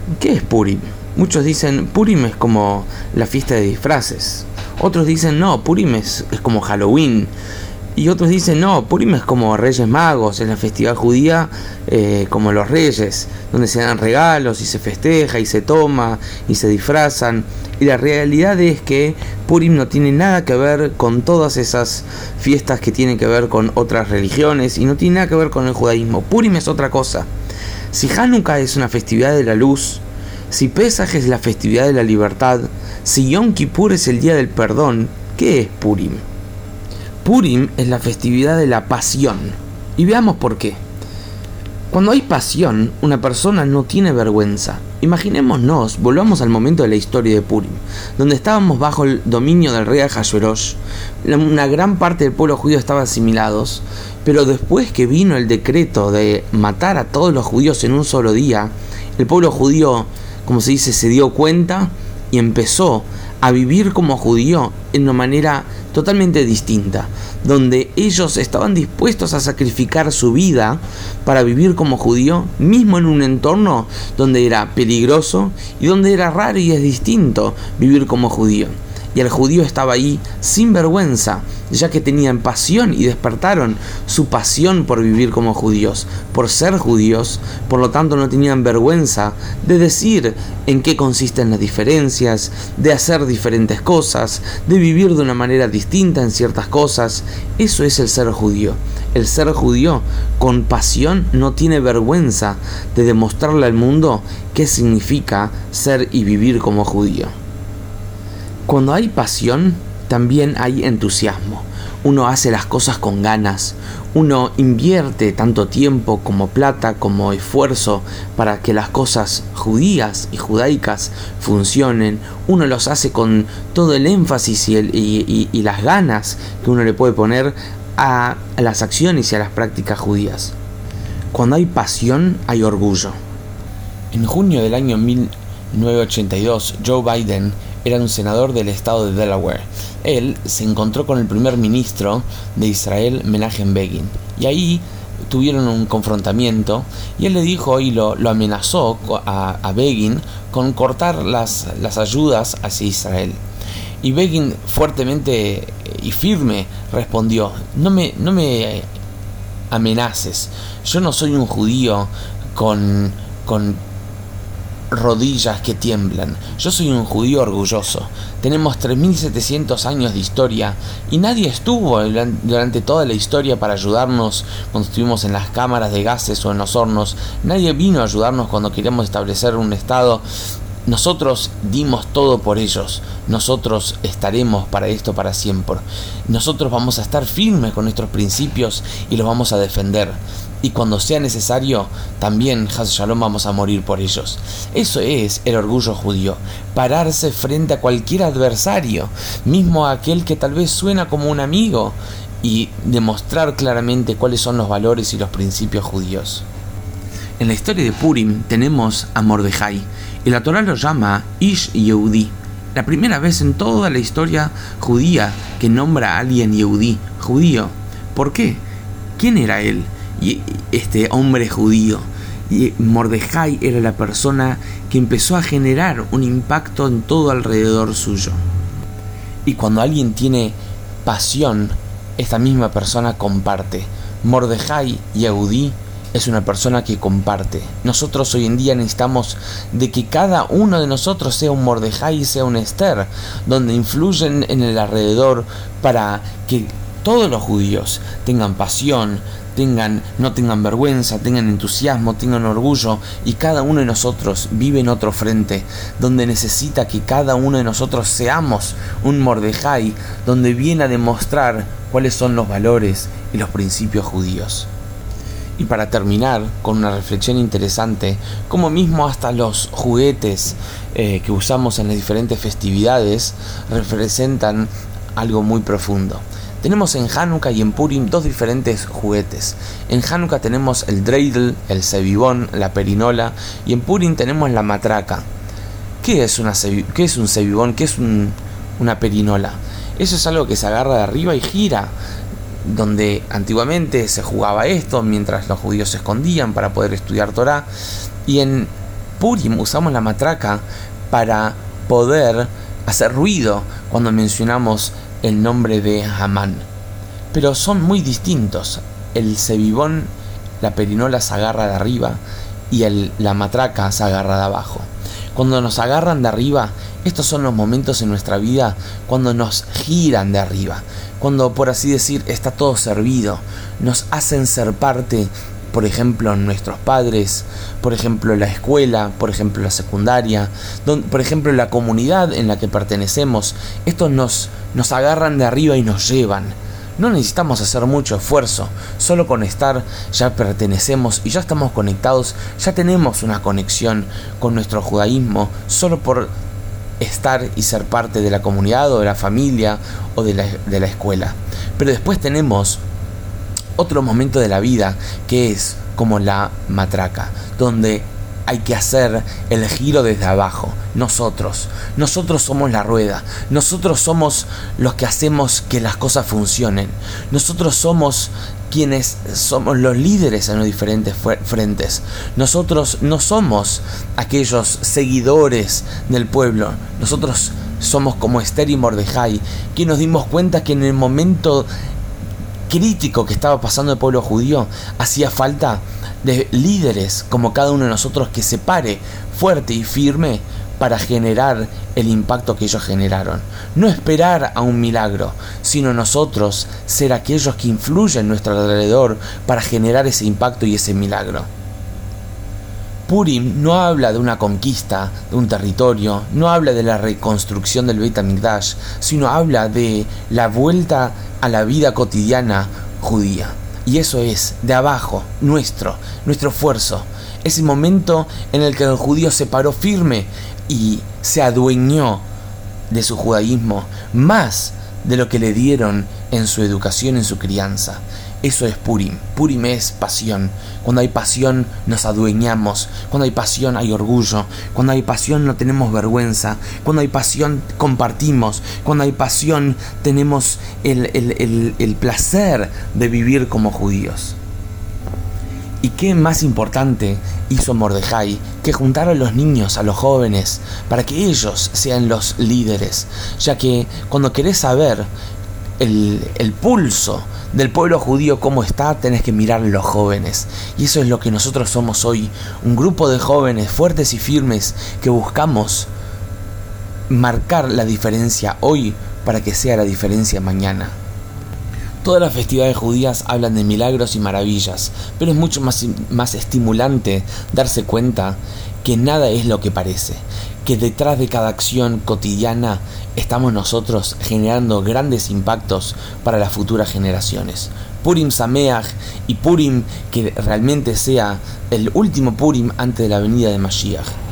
¿Qué es Purim? Muchos dicen Purim es como la fiesta de disfraces. Otros dicen no, Purim es como Halloween. Y otros dicen no, Purim es como Reyes Magos, es la festividad judía como los Reyes, donde se dan regalos y se festeja y se toma y se disfrazan. Y la realidad es que Purim no tiene nada que ver con todas esas fiestas que tienen que ver con otras religiones y no tiene nada que ver con el judaísmo. Purim es otra cosa. Si Hanukkah es una festividad de la luz, si Pesaj es la festividad de la libertad, si Yom Kippur es el día del perdón, ¿qué es Purim? Purim es la festividad de la pasión. Y veamos por qué. Cuando hay pasión, una persona no tiene vergüenza. Imaginémonos, volvamos al momento de la historia de Purim, donde estábamos bajo el dominio del rey Ahasverosh. Una gran parte del pueblo judío estaba asimilados, pero después que vino el decreto de matar a todos los judíos en un solo día, el pueblo judío, como se dice, se dio cuenta y empezó a vivir como judío en una manera totalmente distinta, donde ellos estaban dispuestos a sacrificar su vida para vivir como judío, mismo en un entorno donde era peligroso y donde era raro y es distinto vivir como judío. Y el judío estaba ahí sin vergüenza, ya que tenían pasión y despertaron su pasión por vivir como judíos, por ser judíos. Por lo tanto no tenían vergüenza de decir en qué consisten las diferencias, de hacer diferentes cosas, de vivir de una manera distinta en ciertas cosas. Eso es el ser judío. El ser judío con pasión no tiene vergüenza de demostrarle al mundo qué significa ser y vivir como judío. Cuando hay pasión, también hay entusiasmo. Uno hace las cosas con ganas. Uno invierte tanto tiempo como plata como esfuerzo para que las cosas judías y judaicas funcionen. Uno los hace con todo el énfasis y las ganas que uno le puede poner a las acciones y a las prácticas judías. Cuando hay pasión, hay orgullo. En junio del año 1982, Joe Biden era un senador del estado de Delaware. Él se encontró con el primer ministro de Israel, Menachem Begin, y ahí tuvieron un confrontamiento y él le dijo y lo amenazó a Begin con cortar las ayudas hacia Israel. Y Begin fuertemente y firme respondió: no me amenaces, yo no soy un judío con rodillas que tiemblan. Yo soy un judío orgulloso. Tenemos 3700 años de historia y nadie estuvo durante toda la historia para ayudarnos cuando estuvimos en las cámaras de gases o en los hornos. Nadie vino a ayudarnos cuando queríamos establecer un estado. Nosotros dimos todo por ellos. Nosotros estaremos para esto para siempre. Nosotros vamos a estar firmes con nuestros principios y los vamos a defender. Y cuando sea necesario, también, Haz Shalom, vamos a morir por ellos. Eso es el orgullo judío. Pararse frente a cualquier adversario, mismo a aquel que tal vez suena como un amigo, y demostrar claramente cuáles son los valores y los principios judíos. En la historia de Purim tenemos a Mordejai, y la Torá lo llama Ish Yehudí. La primera vez en toda la historia judía que nombra a alguien Yehudí, judío. ¿Por qué? ¿Quién era él? Y este hombre judío. Y Mordejai era la persona que empezó a generar un impacto en todo alrededor suyo. Y cuando alguien tiene pasión, esta misma persona comparte. Mordejai Yehudí es una persona que comparte. Nosotros hoy en día necesitamos de que cada uno de nosotros sea un Mordejai y sea un Esther, donde influyen en el alrededor para que todos los judíos tengan pasión, no tengan vergüenza, tengan entusiasmo, tengan orgullo, y cada uno de nosotros vive en otro frente, donde necesita que cada uno de nosotros seamos un Mordejai, donde viene a demostrar cuáles son los valores y los principios judíos. Y para terminar con una reflexión interesante, como mismo hasta los juguetes que usamos en las diferentes festividades representan algo muy profundo. Tenemos en Hanukkah y en Purim dos diferentes juguetes. En Hanukkah tenemos el dreidel, el sebibón, la perinola, y en Purim tenemos la matraca. ¿Qué es un sebibón? ¿Qué es una perinola? Eso es algo que se agarra de arriba y gira, donde antiguamente se jugaba esto mientras los judíos se escondían para poder estudiar Torá. Y en Purim usamos la matraca para poder hacer ruido cuando mencionamos el nombre de Hamán. Pero son muy distintos. El cebibón, la perinola se agarra de arriba y la matraca se agarra de abajo. Cuando nos agarran de arriba, estos son los momentos en nuestra vida cuando nos giran de arriba, cuando, por así decir, está todo servido, nos hacen ser parte, por ejemplo, nuestros padres, por ejemplo, la escuela, por ejemplo, la secundaria, por ejemplo, la comunidad en la que pertenecemos. Estos nos agarran de arriba y nos llevan. No necesitamos hacer mucho esfuerzo, solo con estar ya pertenecemos y ya estamos conectados, ya tenemos una conexión con nuestro judaísmo, solo por estar y ser parte de la comunidad o de la familia o de la escuela. Pero después tenemos otro momento de la vida que es como la matraca, donde hay que hacer el giro desde abajo. Nosotros somos la rueda, nosotros somos los que hacemos que las cosas funcionen, nosotros somos quienes somos los líderes en los diferentes frentes. Nosotros no somos aquellos seguidores del pueblo, nosotros somos como Esther y Mordejai, que nos dimos cuenta que en el momento crítico que estaba pasando el pueblo judío hacía falta de líderes como cada uno de nosotros que se pare fuerte y firme para generar el impacto que ellos generaron. No esperar a un milagro, sino nosotros ser aquellos que influyen en nuestro alrededor para generar ese impacto y ese milagro. Purim no habla de una conquista de un territorio, no habla de la reconstrucción del Beit HaMikdash, sino habla de la vuelta a la vida cotidiana judía. Y eso es, de abajo, nuestro esfuerzo. Ese momento en el que el judío se paró firme y se adueñó de su judaísmo, más de lo que le dieron en su educación, en su crianza. Eso es Purim. Purim es pasión. Cuando hay pasión nos adueñamos. Cuando hay pasión hay orgullo. Cuando hay pasión no tenemos vergüenza. Cuando hay pasión compartimos. Cuando hay pasión tenemos el placer de vivir como judíos. ¿Y qué más importante hizo Mordejai que juntar a los niños, a los jóvenes, para que ellos sean los líderes? Ya que cuando querés saber el pulso del pueblo judío cómo está, tenés que mirar a los jóvenes. Y eso es lo que nosotros somos hoy, un grupo de jóvenes fuertes y firmes que buscamos marcar la diferencia hoy para que sea la diferencia mañana. Todas las festividades judías hablan de milagros y maravillas, pero es mucho más estimulante darse cuenta que nada es lo que parece, que detrás de cada acción cotidiana estamos nosotros generando grandes impactos para las futuras generaciones. Purim Sameach y Purim que realmente sea el último Purim antes de la venida de Mashiach.